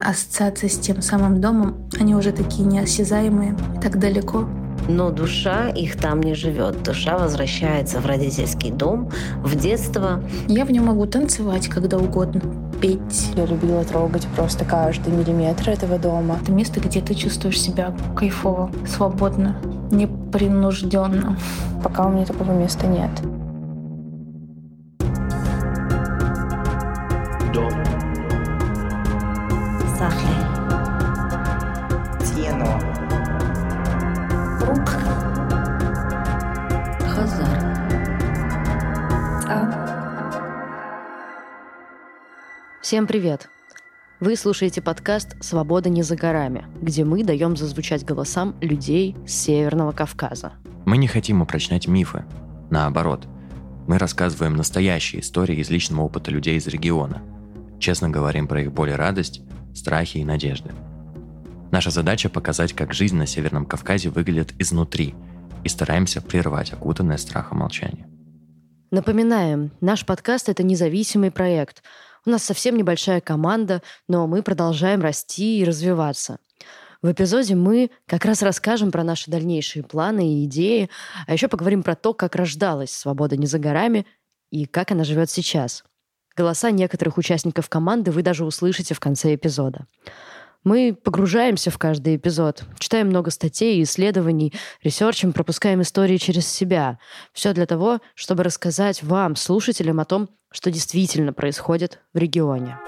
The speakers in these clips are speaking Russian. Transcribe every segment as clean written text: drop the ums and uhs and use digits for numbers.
ассоциации с тем самым домом, они уже такие неосязаемые, так далеко. Но душа их там не живет. Душа возвращается в родительский дом, в детство. Я в нем могу танцевать когда угодно, петь. Я любила трогать просто каждый миллиметр этого дома. Это место, где ты чувствуешь себя кайфово, свободно, непринужденно. Пока у меня такого места нет. Дом. Сахли. Тьено. Круг. Хазар. Всем привет! Вы слушаете подкаст «Свобода не за горами», где мы даем зазвучать голосам людей с Северного Кавказа. Мы не хотим упрочнять мифы. Наоборот, мы рассказываем настоящие истории из личного опыта людей из региона. Честно говорим про их боль и радость, страхи и надежды. Наша задача — показать, как жизнь на Северном Кавказе выглядит изнутри, и стараемся прервать окутанное страхом молчание. Напоминаем, наш подкаст — это независимый проект. У нас совсем небольшая команда, но мы продолжаем расти и развиваться. В эпизоде мы как раз расскажем про наши дальнейшие планы и идеи, а еще поговорим про то, как рождалась «Свобода не за горами» и как она живет сейчас. Голоса некоторых участников команды вы даже услышите в конце эпизода. Мы погружаемся в каждый эпизод, читаем много статей и исследований, ресерчем, пропускаем истории через себя. Все для того, чтобы рассказать вам, слушателям, о том, что действительно происходит в регионе.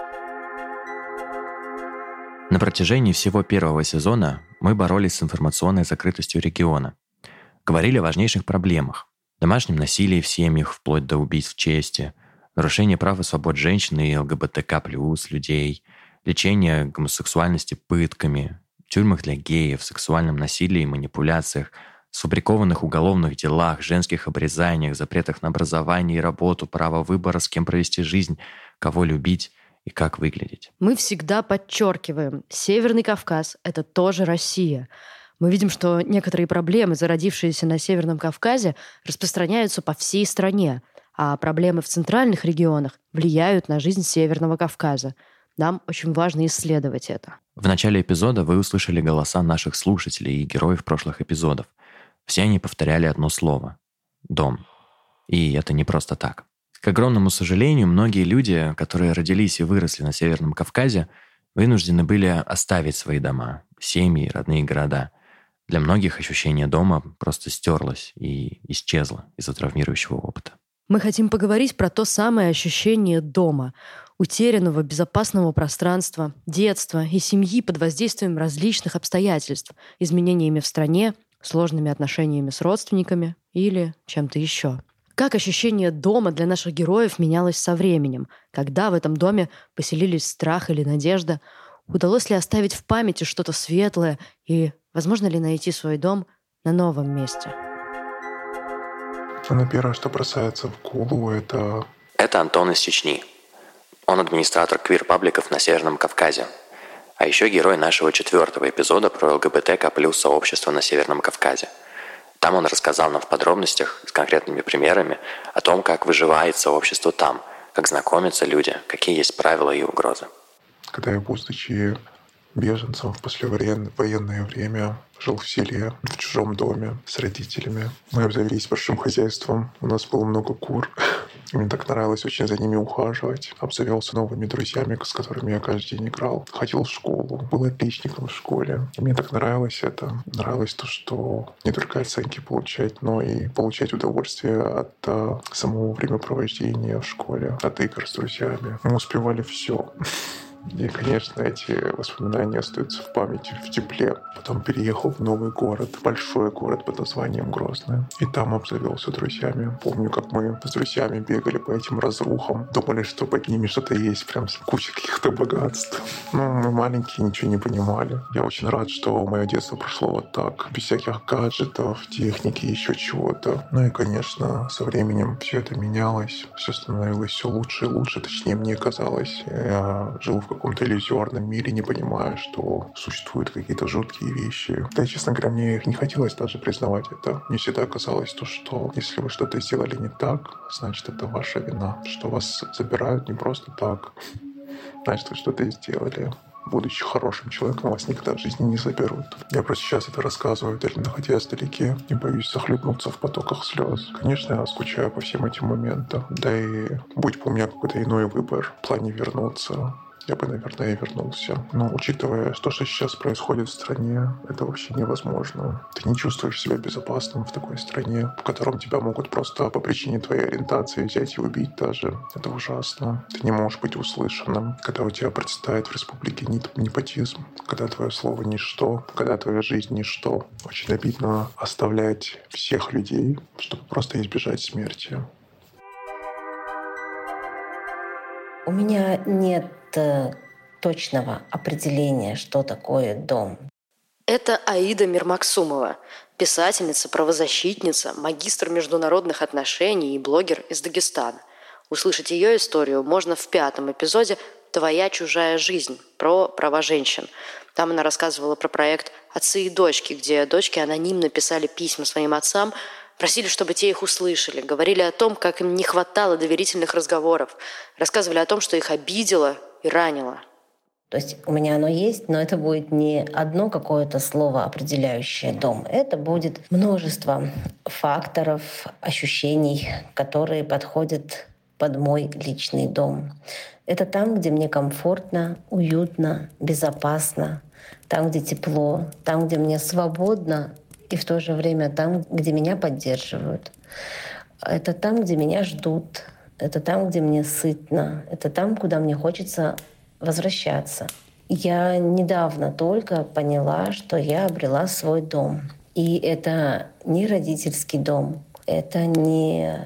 На протяжении всего первого сезона мы боролись с информационной закрытостью региона. Говорили о важнейших проблемах: домашнем насилии в семьях, вплоть до убийств чести, нарушение прав и свобод женщин и ЛГБТК+ людей, лечение гомосексуальности пытками, тюрьмах для геев, сексуальном насилии и манипуляциях, сфабрикованных уголовных делах, женских обрезаниях, запретах на образование и работу, право выбора, с кем провести жизнь, кого любить и как выглядеть. Мы всегда подчеркиваем, Северный Кавказ — это тоже Россия. Мы видим, что некоторые проблемы, зародившиеся на Северном Кавказе, распространяются по всей стране, а проблемы в центральных регионах влияют на жизнь Северного Кавказа. Нам очень важно исследовать это. В начале эпизода вы услышали голоса наших слушателей и героев прошлых эпизодов. Все они повторяли одно слово — «дом». И это не просто так. К огромному сожалению, многие люди, которые родились и выросли на Северном Кавказе, вынуждены были оставить свои дома, семьи, родные города. Для многих ощущение дома просто стерлось и исчезло из-за травмирующего опыта. Мы хотим поговорить про то самое ощущение дома, утерянного безопасного пространства, детства и семьи под воздействием различных обстоятельств, изменениями в стране, сложными отношениями с родственниками или чем-то еще. Как ощущение дома для наших героев менялось со временем, когда в этом доме поселились страх или надежда, удалось ли оставить в памяти что-то светлое и возможно ли найти свой дом на новом месте. Первое, что бросается в голову, это Антон из Чечни. Он администратор квир-пабликов на Северном Кавказе. А еще герой нашего 4-го эпизода про ЛГБТК+ сообщество на Северном Кавказе. Там он рассказал нам в подробностях, с конкретными примерами, о том, как выживает сообщество там, как знакомятся люди, какие есть правила и угрозы. когда я, будучи беженцем в послевоенное время, жил в селе, в чужом доме с родителями. Мы обзавелись большим хозяйством, у нас было много кур. И мне так нравилось очень за ними ухаживать. Обзавелся новыми друзьями, с которыми я каждый день играл. Ходил в школу, был отличником в школе. И мне так нравилось это. Нравилось то, что не только оценки получать, но и получать удовольствие от самого времяпровождения в школе, от игр с друзьями. Мы успевали все. И, конечно, эти воспоминания остаются в памяти, в тепле. Потом переехал в новый город, большой город под названием Грозный. И там обзавелся друзьями. Помню, как мы с друзьями бегали по этим разрухам. Думали, что под ними что-то есть, прям куча каких-то богатств. Но мы маленькие, ничего не понимали. Я очень рад, что мое детство прошло вот так. Без всяких гаджетов, техники, еще чего-то. Ну и, конечно, со временем все это менялось. Все становилось все лучше и лучше. Точнее, мне казалось. Я жил в каком-то иллюзорном мире, не понимая, что существуют какие-то жуткие вещи. Да, честно говоря, мне их не хотелось даже признавать это. Мне всегда казалось то, что если вы что-то сделали не так, значит, это ваша вина. Что вас забирают не просто так. Значит, вы что-то сделали. будучи хорошим человеком, вас никогда в жизни не заберут. Я просто сейчас это рассказываю, даже находясь вдалеке, не боюсь захлебнуться в потоках слез. Конечно, я скучаю по всем этим моментам. Да и будь бы у меня какой-то иной выбор в плане вернуться, я бы, наверное, и вернулся. Но учитывая то, что сейчас происходит в стране, это вообще невозможно. Ты не чувствуешь себя безопасным в такой стране, в котором тебя могут просто по причине твоей ориентации взять и убить даже. Это ужасно. Ты не можешь быть услышанным, когда у тебя процветает в республике непотизм, когда твое слово ничто, когда твоя жизнь ничто. Очень обидно оставлять всех людей, чтобы просто избежать смерти. У меня нет точного определения, что такое дом. Это Аида Мирмаксумова, писательница, правозащитница, магистр международных отношений и блогер из Дагестана. Услышать ее историю можно в 5-м эпизоде «Твоя чужая жизнь» про права женщин. Там она рассказывала про проект «Отцы и дочки», где дочки анонимно писали письма своим отцам, просили, чтобы те их услышали, говорили о том, как им не хватало доверительных разговоров, рассказывали о том, что их обидело и ранило. То есть у меня оно есть, но это будет не одно какое-то слово, определяющее дом. Это будет множество факторов, ощущений, которые подходят под мой личный дом. Это там, где мне комфортно, уютно, безопасно, там, где тепло, там, где мне свободно, и в то же время там, где меня поддерживают. Это там, где меня ждут. Это там, где мне сытно. Это там, куда мне хочется возвращаться. Я недавно только поняла, что я обрела свой дом. И это не родительский дом, это не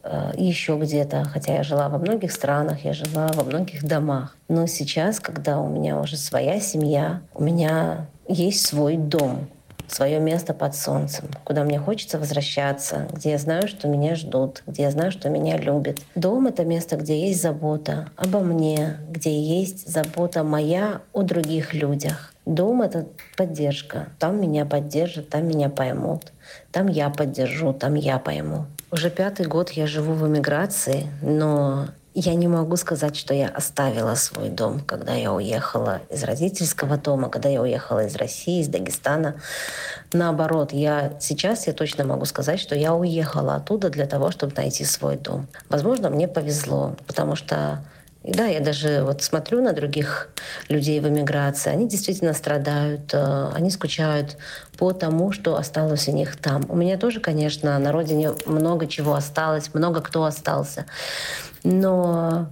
еще где-то, хотя я жила во многих странах, я жила во многих домах. Но сейчас, когда у меня уже своя семья, у меня есть свой дом, свое место под солнцем, куда мне хочется возвращаться, где я знаю, что меня ждут, где я знаю, что меня любят. Дом — это место, где есть забота обо мне, где есть забота моя о других людях. Дом — это поддержка. Там меня поддержат, там меня поймут. Там я поддержу, там я пойму. Уже 5-й год я живу в эмиграции, но я не могу сказать, что я оставила свой дом, когда я уехала из родительского дома, когда я уехала из России, из Дагестана. Наоборот, сейчас я точно могу сказать, что я уехала оттуда для того, чтобы найти свой дом. Возможно, мне повезло, потому что да, я даже вот смотрю на других людей в эмиграции, они действительно страдают, они скучают по тому, что осталось у них там. У меня тоже, конечно, на родине много чего осталось, много кто остался. Но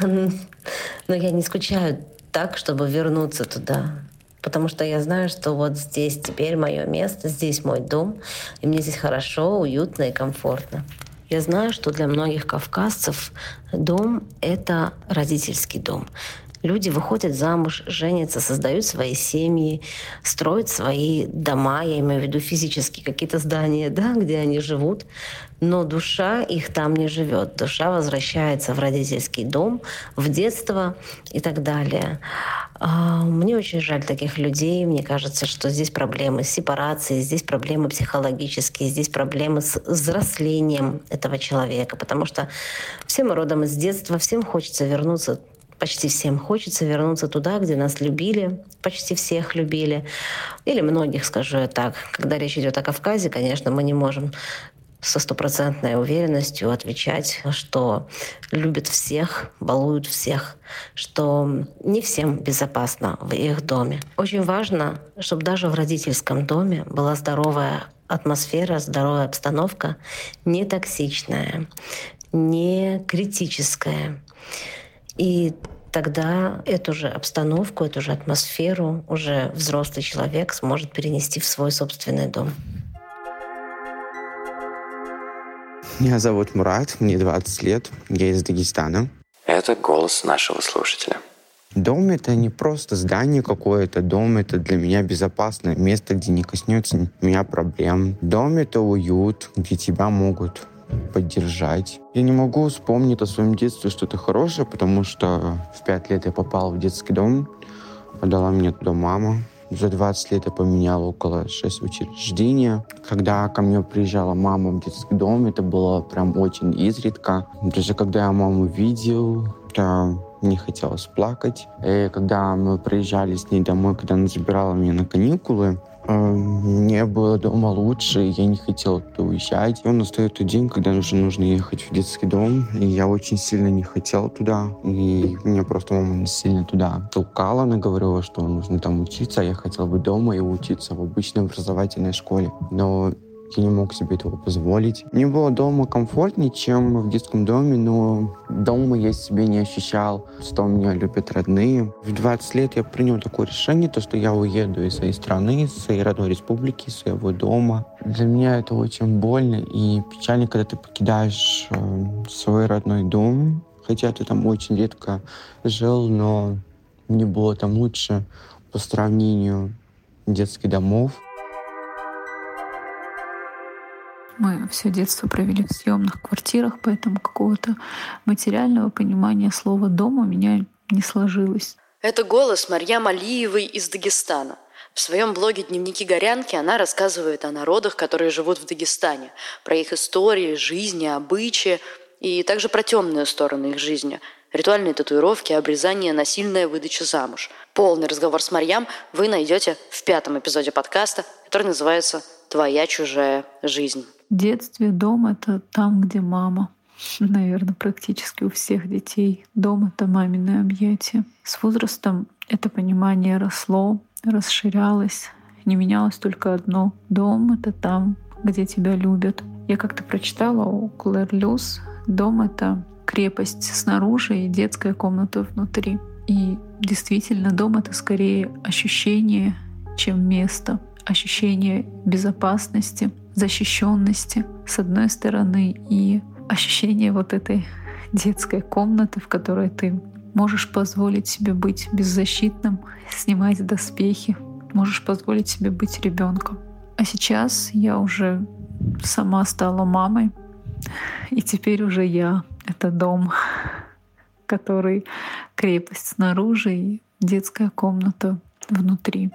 я не скучаю так, чтобы вернуться туда. Потому что я знаю, что вот здесь теперь мое место, здесь мой дом, и мне здесь хорошо, уютно и комфортно. Я знаю, что для многих кавказцев дом — это родительский дом. Люди выходят замуж, женятся, создают свои семьи, строят свои дома, я имею в виду физически какие-то здания, да, где они живут, но душа их там не живет. Душа возвращается в родительский дом, в детство и так далее. Мне очень жаль таких людей. Мне кажется, что здесь проблемы с сепарацией, здесь проблемы психологические, здесь проблемы с взрослением этого человека, потому что все мы родом из детства, всем хочется вернуться. Почти всем хочется вернуться туда, где нас любили, почти всех любили. Или многих, скажу я так. Когда речь идет о Кавказе, конечно, мы не можем со 100% уверенностью отвечать, что любят всех, балуют всех, что не всем безопасно в их доме. Очень важно, чтобы даже в родительском доме была здоровая атмосфера, здоровая обстановка, не токсичная, не критическая. И тогда эту же обстановку, эту же атмосферу уже взрослый человек сможет перенести в свой собственный дом. Меня зовут Мурат, мне 20 лет, я из Дагестана. Это голос нашего слушателя. Дом — это не просто здание какое-то, дом — это для меня безопасное место, где не коснется меня проблем. Дом — это уют, где тебя могут поддержать. Я не могу вспомнить о своем детстве что-то хорошее, потому что в 5 лет я попал в детский дом, отдала мне туда мама. За 20 лет я поменял около 6 учреждений. Когда ко мне приезжала мама в детский дом, это было прям очень изредка. Даже когда я маму видел, это не хотелось плакать. И когда мы приезжали с ней домой, когда она забирала меня на каникулы, мне было дома лучше, и я не хотела туда уезжать. И он настает тот день, когда уже нужно ехать в детский дом, и я очень сильно не хотела туда. И меня просто мама сильно туда толкала, она говорила, что нужно там учиться, а я хотела быть дома и учиться в обычной образовательной школе. Но я не мог себе этого позволить. Мне было дома комфортнее, чем в детском доме, но дома я себе не ощущал, что меня любят родные. В 20 лет я принял такое решение, то, что я уеду из своей страны, из своей родной республики, из своего дома. Для меня это очень больно и печально, когда ты покидаешь свой родной дом. Хотя ты там очень редко жил, но мне было там лучше по сравнению детских домов. Мы все детство провели в съемных квартирах, поэтому какого-то материального понимания слова «дом» у меня не сложилось. Это голос Марьям Алиевой из Дагестана. В своем блоге «Дневники горянки» она рассказывает о народах, которые живут в Дагестане, про их истории, жизни, обычаи и также про темные стороны их жизни. Ритуальные татуировки, обрезание, насильная выдача замуж. Полный разговор с Марьям вы найдете в 5-м эпизоде подкаста, который называется «Твоя чужая жизнь». В детстве дом — это там, где мама. Наверное, практически у всех детей. Дом — это маминое объятие. С возрастом это понимание росло, расширялось. Не менялось только одно. Дом — это там, где тебя любят. Я как-то прочитала у Клэр Люс: дом — это крепость снаружи и детская комната внутри. И действительно, дом — это скорее ощущение, чем место. Ощущение безопасности, защищенности, с одной стороны, и ощущение вот этой детской комнаты, в которой ты можешь позволить себе быть беззащитным, снимать доспехи, можешь позволить себе быть ребенком. А сейчас я уже сама стала мамой, и теперь уже я — это дом, который крепость снаружи и детская комната внутри.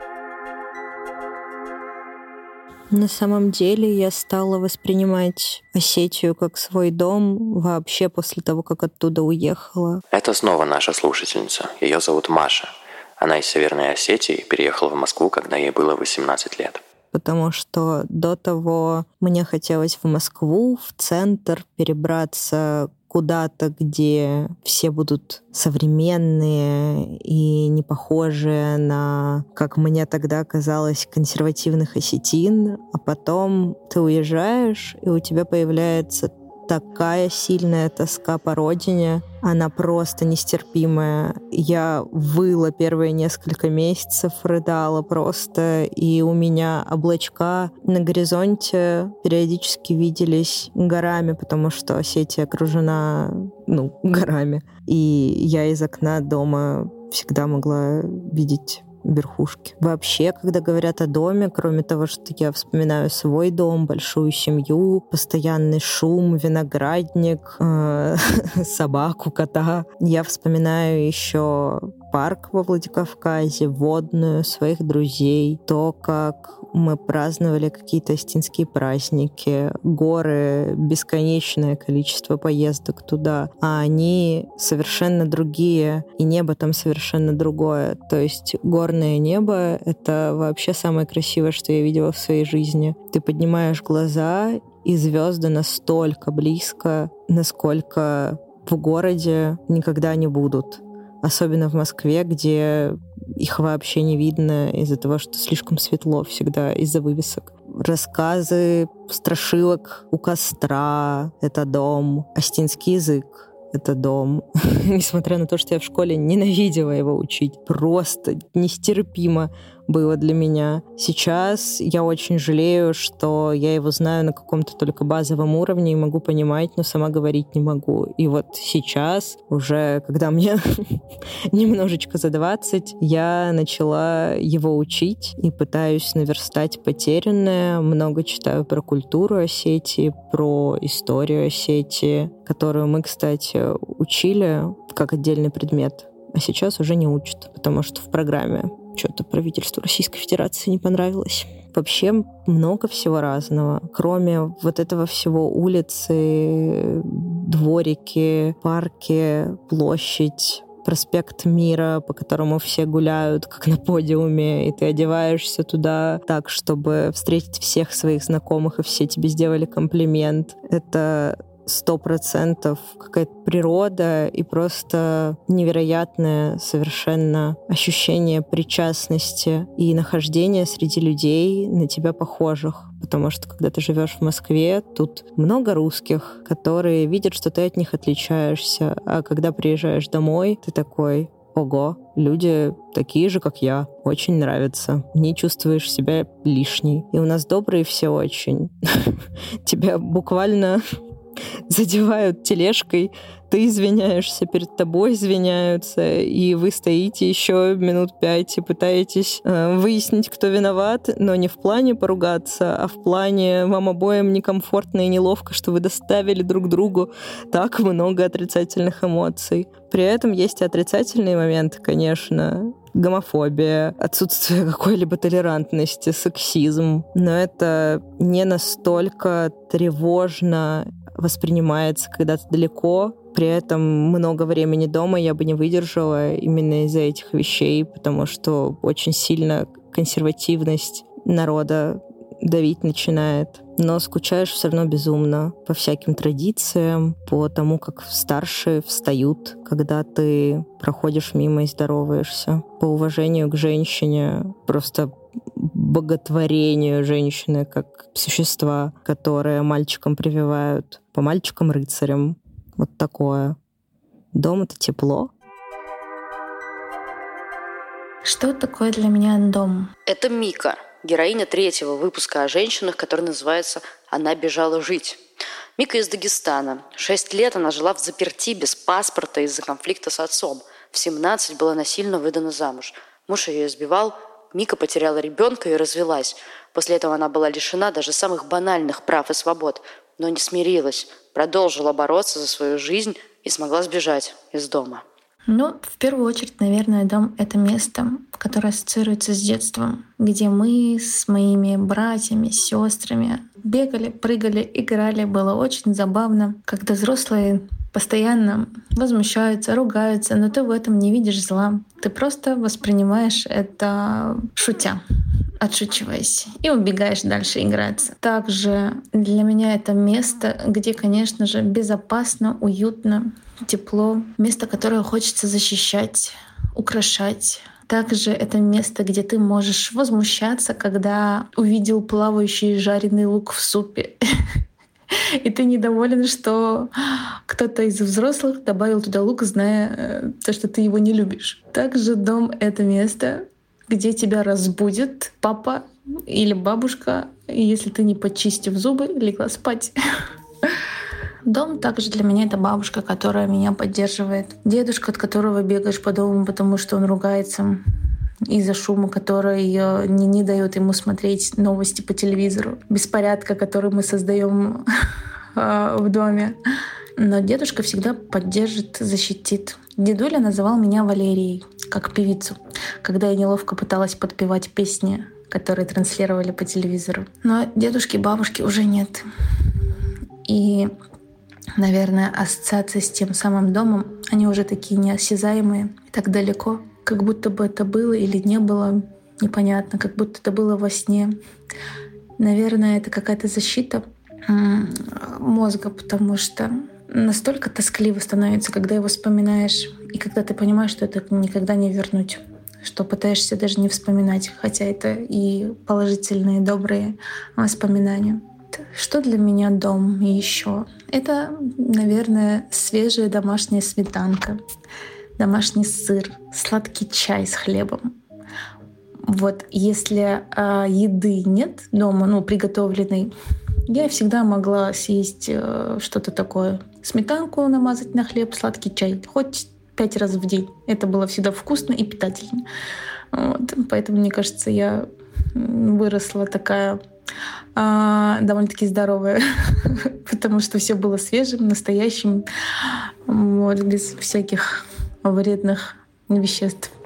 На самом деле я стала воспринимать Осетию как свой дом вообще после того, как оттуда уехала. Это снова наша слушательница. Ее зовут Маша. Она из Северной Осетии, переехала в Москву, когда ей было 18 лет. Потому что до того мне хотелось в Москву, в центр, перебраться куда-то, где все будут современные и не похожие на, как мне тогда казалось, консервативных осетин. А потом ты уезжаешь, и у тебя появляется такая сильная тоска по родине. Она просто нестерпимая. Я выла первые несколько месяцев, рыдала просто, и у меня облачка на горизонте периодически виделись горами, потому что Осетия окружена, горами. И я из окна дома всегда могла видеть верхушки. Вообще, когда говорят о доме, кроме того, что я вспоминаю свой дом, большую семью, постоянный шум, виноградник, собаку, кота, я вспоминаю еще парк во Владикавказе, водную, своих друзей, то, как мы праздновали какие-то осетинские праздники, горы, бесконечное количество поездок туда, а они совершенно другие, и небо там совершенно другое. То есть горное небо — это вообще самое красивое, что я видела в своей жизни. Ты поднимаешь глаза, и звезды настолько близко, насколько в городе никогда не будут. Особенно в Москве, где их вообще не видно из-за того, что слишком светло всегда из-за вывесок. Рассказы страшилок у костра — это дом. Осетинский язык — это дом. Несмотря на то, что я в школе ненавидела его учить. Просто нестерпимо было для меня. Сейчас я очень жалею, что я его знаю на каком-то только базовом уровне и могу понимать, но сама говорить не могу. И вот сейчас, уже когда мне немножечко за 20, я начала его учить и пытаюсь наверстать потерянное. Много читаю про культуру Осетии, про историю Осетии, которую мы, кстати, учили как отдельный предмет, а сейчас уже не учат, потому что в программе что-то правительству Российской Федерации не понравилось. вообще много всего разного. Кроме вот этого всего: улицы, дворики, парки, площадь, проспект Мира, по которому все гуляют, как на подиуме, и ты одеваешься туда так, чтобы встретить всех своих знакомых, и все тебе сделали комплимент. Это 100% какая-то природа и просто невероятное совершенно ощущение причастности и нахождения среди людей на тебя похожих. Потому что когда ты живешь в Москве, тут много русских, которые видят, что ты от них отличаешься. А когда приезжаешь домой, ты такой: ого, люди такие же, как я. Очень нравится. Не чувствуешь себя лишней. И у нас добрые все очень. Тебя буквально задевают тележкой, ты извиняешься, перед тобой извиняются, и вы стоите еще минут 5 и пытаетесь выяснить, кто виноват, но не в плане поругаться, а в плане вам обоим некомфортно и неловко, что вы доставили друг другу так много отрицательных эмоций. При этом есть и отрицательные моменты, конечно. Гомофобия, отсутствие какой-либо толерантности, сексизм. Но это не настолько тревожно воспринимается, когда ты далеко. При этом много времени дома я бы не выдержала именно из-за этих вещей, потому что очень сильно консервативность народа давить начинает. Но скучаешь все равно безумно по всяким традициям, по тому, как старшие встают, когда ты проходишь мимо и здороваешься, по уважению к женщине, просто боготворению женщины как существа, которое мальчикам прививают, по мальчикам-рыцарям. Вот такое. Дом — это тепло. Что такое для меня дом? Это Мика, героиня 3-го выпуска о женщинах, который называется «Она бежала жить». Мика из Дагестана. 6 лет она жила в заперти без паспорта из-за конфликта с отцом. В 17 была насильно выдана замуж. Муж ее избивал, Мика потеряла ребенка и развелась. После этого она была лишена даже самых банальных прав и свобод, но не смирилась, продолжила бороться за свою жизнь и смогла сбежать из дома. В первую очередь, наверное, дом — это место, которое ассоциируется с детством, где мы с моими братьями, сестрами бегали, прыгали, играли. Было очень забавно, когда взрослые постоянно возмущаются, ругаются, но ты в этом не видишь зла. Ты просто воспринимаешь это шутя, отшучиваясь, и убегаешь дальше играться. Также для меня это место, где, конечно же, безопасно, уютно, тепло. Место, которое хочется защищать, украшать. Также это место, где ты можешь возмущаться, когда увидел плавающий жареный лук в супе. И ты недоволен, что кто-то из взрослых добавил туда лук, зная то, что ты его не любишь. Также дом — это место, где тебя разбудит папа или бабушка, если ты, не почистив зубы, легла спать. Дом также для меня — это бабушка, которая меня поддерживает. Дедушка, от которого бегаешь по дому, потому что он ругается из-за шума, который не дает ему смотреть новости по телевизору. Беспорядка, который мы создаем в доме. Но дедушка всегда поддержит, защитит. Дедуля называл меня Валерией, как певицу, когда я неловко пыталась подпевать песни, которые транслировали по телевизору. Но дедушки и бабушки уже нет. И, наверное, ассоциации с тем самым домом, они уже такие неосязаемые, так далеко, как будто бы это было или не было, непонятно, как будто это было во сне. Наверное, это какая-то защита мозга, потому что настолько тоскливо становится, когда его вспоминаешь, и когда ты понимаешь, что это никогда не вернуть, что пытаешься даже не вспоминать, хотя это и положительные, добрые воспоминания. Что для меня дом еще? Это, наверное, свежая домашняя сметанка, домашний сыр, сладкий чай с хлебом. Вот если еды нет дома, приготовленной, я всегда могла съесть что-то такое. Сметанку намазать на хлеб, сладкий чай. Хоть 5 раз в день. Это было всегда вкусно и питательно. Вот. Поэтому, мне кажется, я выросла такая довольно-таки здоровая, потому что все было свежим, настоящим, без всяких вредных веществ.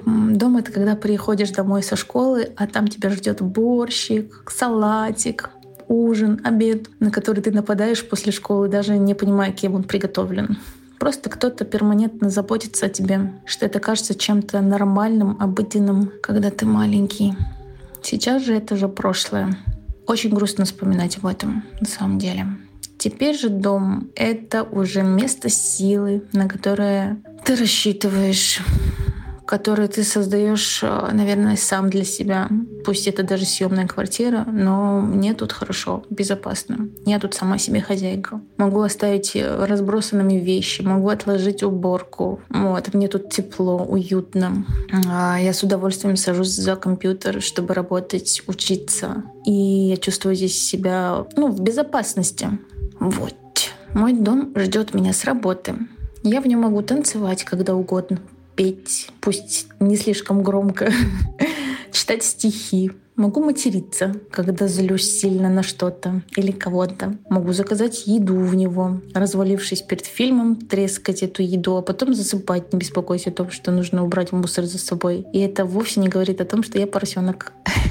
Дом — это когда приходишь домой со школы, а там тебя ждет борщик, салатик, ужин, обед, на который ты нападаешь после школы, даже не понимая, кем он приготовлен. Просто кто-то перманентно заботится о тебе, что это кажется чем-то нормальным, обыденным, когда ты маленький. Сейчас же это же прошлое. Очень грустно вспоминать об этом, на самом деле. Теперь же дом — это уже место силы, на которое ты рассчитываешь, которое ты создаешь, наверное, сам для себя. Пусть это даже съемная квартира, но мне тут хорошо, безопасно. Я тут сама себе хозяйка. Могу оставить разбросанными вещи, могу отложить уборку. Вот, мне тут тепло, уютно. Я с удовольствием сажусь за компьютер, чтобы работать, учиться. И я чувствую здесь себя, в безопасности. Вот. Мой дом ждет меня с работы. Я в нем могу танцевать когда угодно, петь, пусть не слишком громко, читать стихи. Могу материться, когда злюсь сильно на что-то или кого-то. Могу заказать еду в него, развалившись перед фильмом, трескать эту еду, а потом засыпать, не беспокоясь о том, что нужно убрать мусор за собой. И это вовсе не говорит о том, что я поросенок.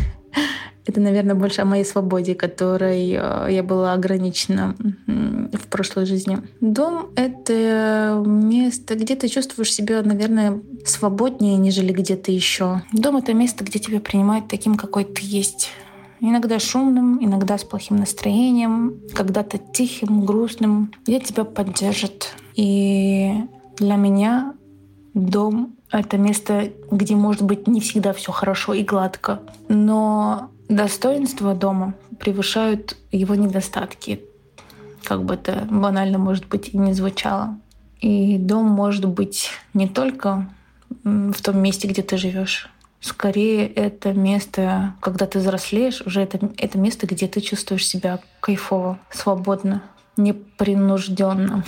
Это, наверное, больше о моей свободе, которой я была ограничена в прошлой жизни. Дом — это место, где ты чувствуешь себя, наверное, свободнее, нежели где-то еще. Дом — это место, где тебя принимают таким, какой ты есть. Иногда шумным, иногда с плохим настроением, когда-то тихим, грустным, где тебя поддержат. И для меня дом — это место, где, может быть, не всегда все хорошо и гладко, но достоинства дома превышают его недостатки, как бы это банально, может быть, и не звучало. И дом может быть не только в том месте, где ты живешь. Скорее, это место, когда ты взрослеешь, уже это место, где ты чувствуешь себя кайфово, свободно, непринужденно.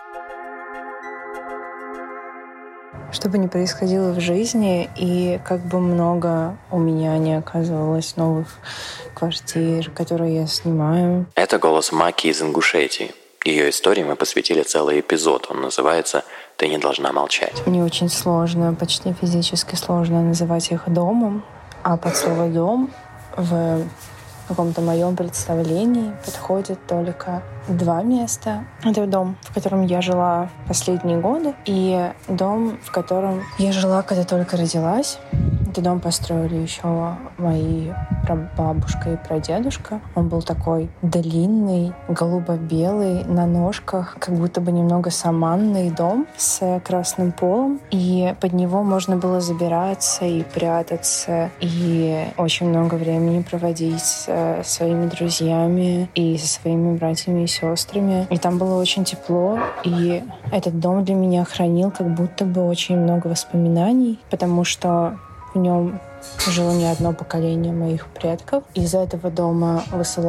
Что бы ни происходило в жизни, и как бы много у меня не оказывалось новых квартир, которые я снимаю. Это голос Маки из Ингушетии. Ее истории мы посвятили целый эпизод. Он называется «Ты не должна молчать». Мне очень сложно, почти физически сложно называть их домом, а под слово «дом» в каком-то моем представлении подходит только два места. Это дом, в котором я жила последние годы, и дом, в котором я жила, когда только родилась. Этот дом построили еще мои прабабушка и прадедушка. Он был такой длинный, голубо-белый, на ножках, как будто бы немного саманный дом с красным полом. И под него можно было забираться и прятаться, и очень много времени проводить с своими друзьями и со своими братьями и сестрами. И там было очень тепло, и этот дом для меня хранил как будто бы очень много воспоминаний, потому что в нем жило не одно поколение моих предков. Из этого дома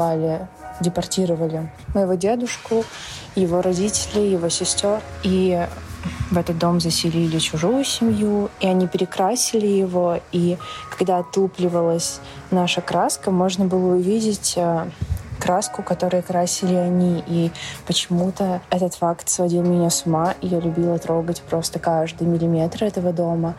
депортировали моего дедушку, его родителей, его сестер. И в этот дом заселили чужую семью, и они перекрасили его. И когда отлупливалась наша краска, можно было увидеть краску, которую красили они. И почему-то этот факт сводил меня с ума, и я любила трогать просто каждый миллиметр этого дома.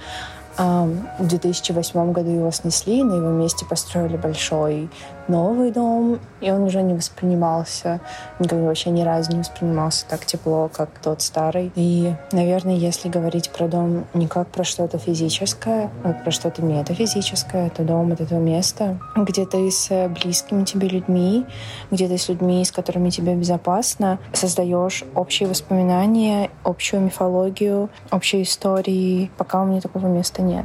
В 2008 году его снесли, на его месте построили большой новый дом, и он уже не воспринимался, никогда вообще ни разу не воспринимался так тепло, как тот старый. И, наверное, если говорить про дом не как про что-то физическое, а про что-то метафизическое, то дом — это то место, где ты с близкими тебе людьми, где ты с людьми, с которыми тебе безопасно, создаешь общие воспоминания, общую мифологию, общие истории. Пока у меня такого места нет.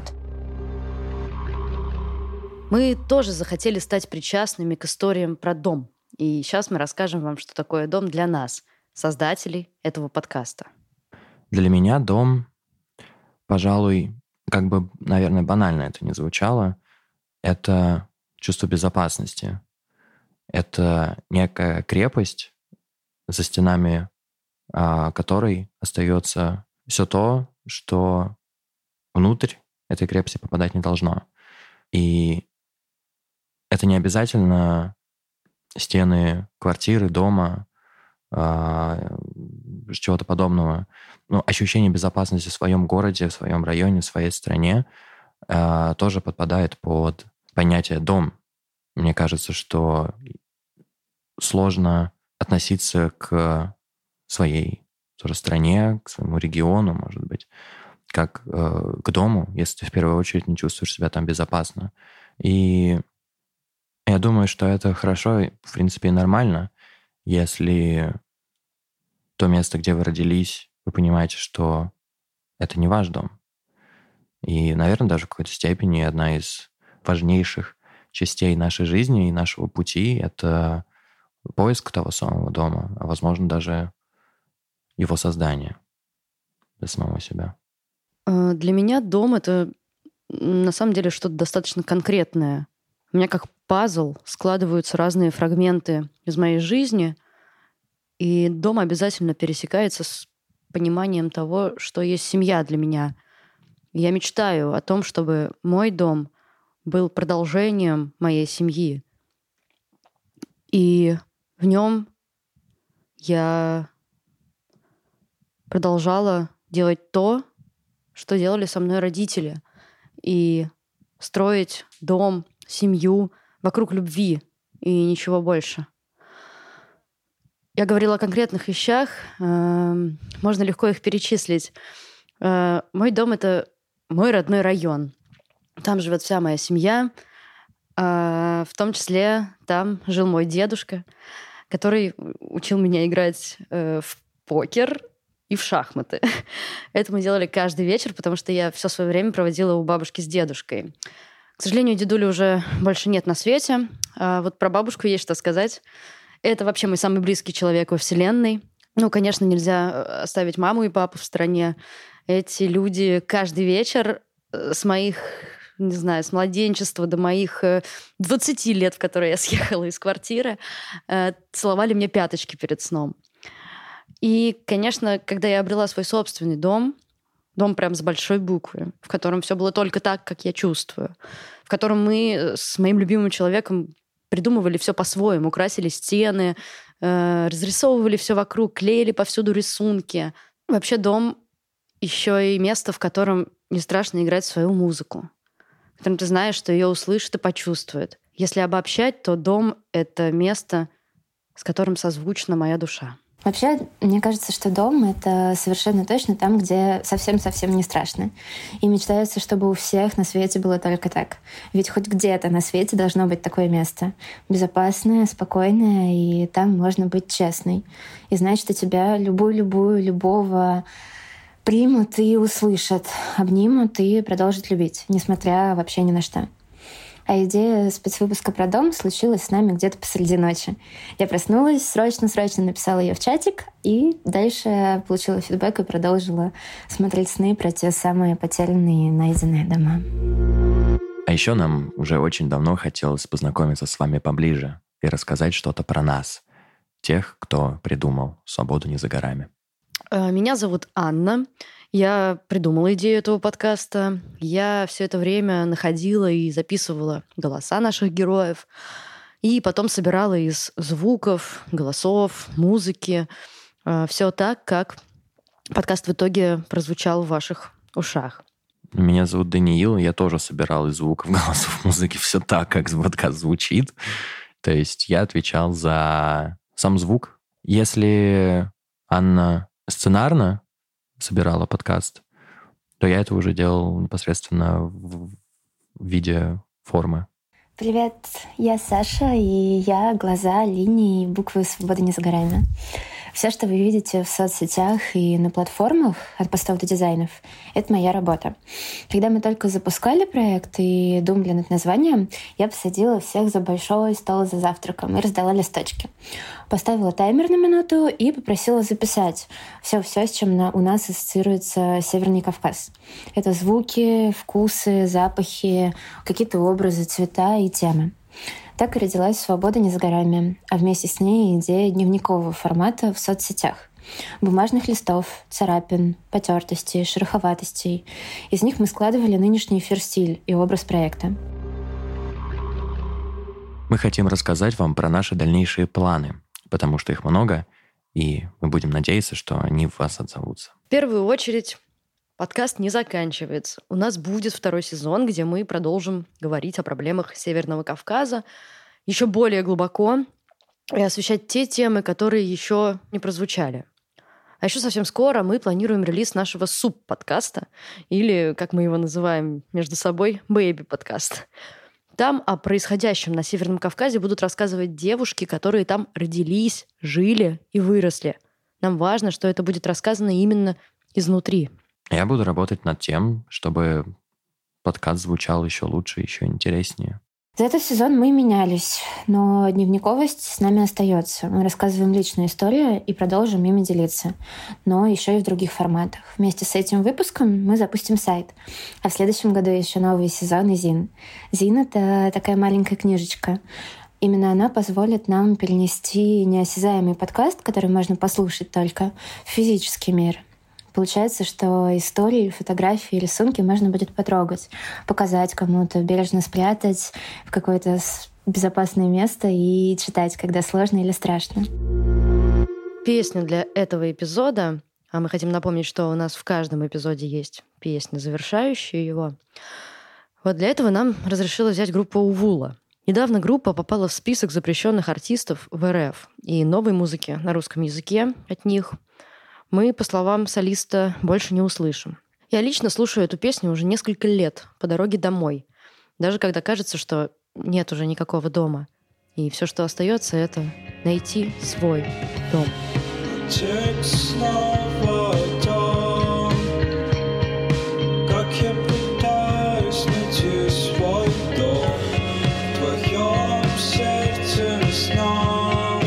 Мы тоже захотели стать причастными к историям про дом. И сейчас мы расскажем вам, что такое дом для нас, создателей этого подкаста. Для меня дом, пожалуй, как бы, наверное, банально это не звучало, это чувство безопасности. Это некая крепость, за стенами которой остается все то, что внутрь этой крепости попадать не должно. И это не обязательно стены квартиры, дома, чего-то подобного. Но ощущение безопасности в своем городе, в своем районе, в своей стране тоже подпадает под понятие «дом». Мне кажется, что сложно относиться к своей тоже стране, к своему региону, может быть, как к дому, если ты в первую очередь не чувствуешь себя там безопасно. И я думаю, что это хорошо, в принципе, и нормально, если то место, где вы родились, вы понимаете, что это не ваш дом. И, наверное, даже в какой-то степени одна из важнейших частей нашей жизни и нашего пути — это поиск того самого дома, а, возможно, даже его создание для самого себя. Для меня дом — это на самом деле что-то достаточно конкретное. У меня как пазл складываются разные фрагменты из моей жизни, и дом обязательно пересекается с пониманием того, что есть семья для меня. Я мечтаю о том, чтобы мой дом был продолжением моей семьи. И в нем я продолжала делать то, что делали со мной родители, и строить дом, семью вокруг любви и ничего больше. Я говорила о конкретных вещах, можно легко их перечислить. Мой дом — это мой родной район. Там живет вся моя семья, в том числе там жил мой дедушка, который учил меня играть в покер и в шахматы. Это мы делали каждый вечер, потому что я все свое время проводила у бабушки с дедушкой. К сожалению, дедули уже больше нет на свете. А вот про бабушку есть что сказать. Это вообще мой самый близкий человек во Вселенной. Ну, конечно, нельзя оставить маму и папу в стороне. Эти люди каждый вечер с моих, не знаю, с младенчества до моих 20 лет, в которые я съехала из квартиры, целовали мне пяточки перед сном. И, конечно, когда я обрела свой собственный дом прям с большой буквы, в котором все было только так, как я чувствую, в котором мы с моим любимым человеком придумывали все по-своему, красили стены, разрисовывали все вокруг, клеили повсюду рисунки. Вообще дом еще и место, в котором не страшно играть свою музыку, в котором ты знаешь, что ее услышат и почувствуют. Если обобщать, то дом — это место, с которым созвучна моя душа. Вообще, мне кажется, что дом — это совершенно точно там, где совсем-совсем не страшно. И мечтается, чтобы у всех на свете было только так. Ведь хоть где-то на свете должно быть такое место. Безопасное, спокойное, и там можно быть честной. И знать, что тебя любого примут и услышат, обнимут и продолжат любить, несмотря вообще ни на что. А идея спецвыпуска про дом случилась с нами где-то посреди ночи. Я проснулась, срочно написала ее в чатик, и дальше получила фидбэк и продолжила смотреть сны про те самые потерянные найденные дома. А еще нам уже очень давно хотелось познакомиться с вами поближе и рассказать что-то про нас, тех, кто придумал «Свобода не за горами». Меня зовут Анна. Я придумала идею этого подкаста. Я все это время находила и записывала голоса наших героев. И потом собирала из звуков, голосов, музыки все так, как подкаст в итоге прозвучал в ваших ушах. Меня зовут Даниил. Я тоже собирал из звуков, голосов, музыки все так, как подкаст звучит. То есть я отвечал за сам звук. Если Анна сценарно собирала подкаст, то я это уже делал непосредственно в виде формы. Привет, я Саша, и я глаза, линии, буквы «Свобода не за горами». Все, что вы видите в соцсетях и на платформах от постов до дизайнов, это моя работа. Когда мы только запускали проект и думали над названием, я посадила всех за большой стол за завтраком и раздала листочки. Поставила таймер на минуту и попросила записать все, с чем у нас ассоциируется Северный Кавказ. Это звуки, вкусы, запахи, какие-то образы, цвета и темы. Так и родилась «Свобода не за горами», а вместе с ней идея дневникового формата в соцсетях. Бумажных листов, царапин, потертостей, шероховатостей. Из них мы складывали нынешний эфир-стиль и образ проекта. Мы хотим рассказать вам про наши дальнейшие планы, потому что их много, и мы будем надеяться, что они в вас отзовутся. В первую очередь подкаст не заканчивается. У нас будет второй сезон, где мы продолжим говорить о проблемах Северного Кавказа еще более глубоко и освещать те темы, которые еще не прозвучали. А еще совсем скоро мы планируем релиз нашего суб-подкаста, или, как мы его называем между собой, бэйби-подкаст. Там о происходящем на Северном Кавказе будут рассказывать девушки, которые там родились, жили и выросли. Нам важно, что это будет рассказано именно изнутри. Я буду работать над тем, чтобы подкаст звучал еще лучше, еще интереснее. За этот сезон мы менялись, но дневниковость с нами остается. Мы рассказываем личную историю и продолжим ими делиться, но еще и в других форматах. Вместе с этим выпуском мы запустим сайт, а в следующем году еще новый сезон и ЗИН. ЗИН — это такая маленькая книжечка. Именно она позволит нам перенести неосязаемый подкаст, который можно послушать только, в физический мир. Получается, что истории, фотографии, рисунки можно будет потрогать, показать кому-то, бережно спрятать в какое-то безопасное место и читать, когда сложно или страшно. Песню для этого эпизода, а мы хотим напомнить, что у нас в каждом эпизоде есть песня, завершающая его. Вот для этого нам разрешила взять группа «Увула». Недавно группа попала в список запрещенных артистов в РФ, и новой музыки на русском языке от них мы, по словам солиста, больше не услышим. Я лично слушаю эту песню уже несколько лет по дороге домой, даже когда кажется, что нет уже никакого дома. И все, что остается, это найти свой дом. Как я пытаюсь найти свой дом в твоем сердце весна.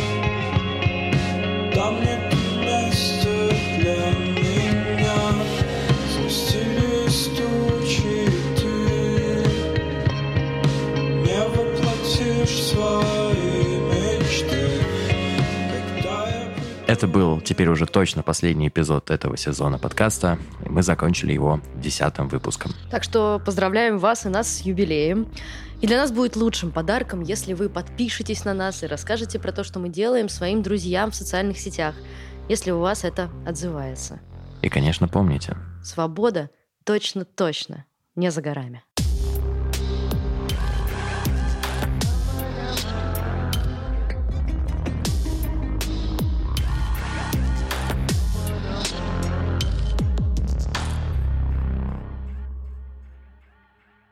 Там нет места для меня. Спустились тучи, ты не воплотишь свои мечты. Это был теперь уже точно последний эпизод этого сезона подкаста, и мы закончили его 10-м выпуском. Так что поздравляем вас и нас с юбилеем. И для нас будет лучшим подарком, если вы подпишетесь на нас и расскажете про то, что мы делаем, своим друзьям в социальных сетях, если у вас это отзывается. И, конечно, помните. Свобода точно-точно не за горами.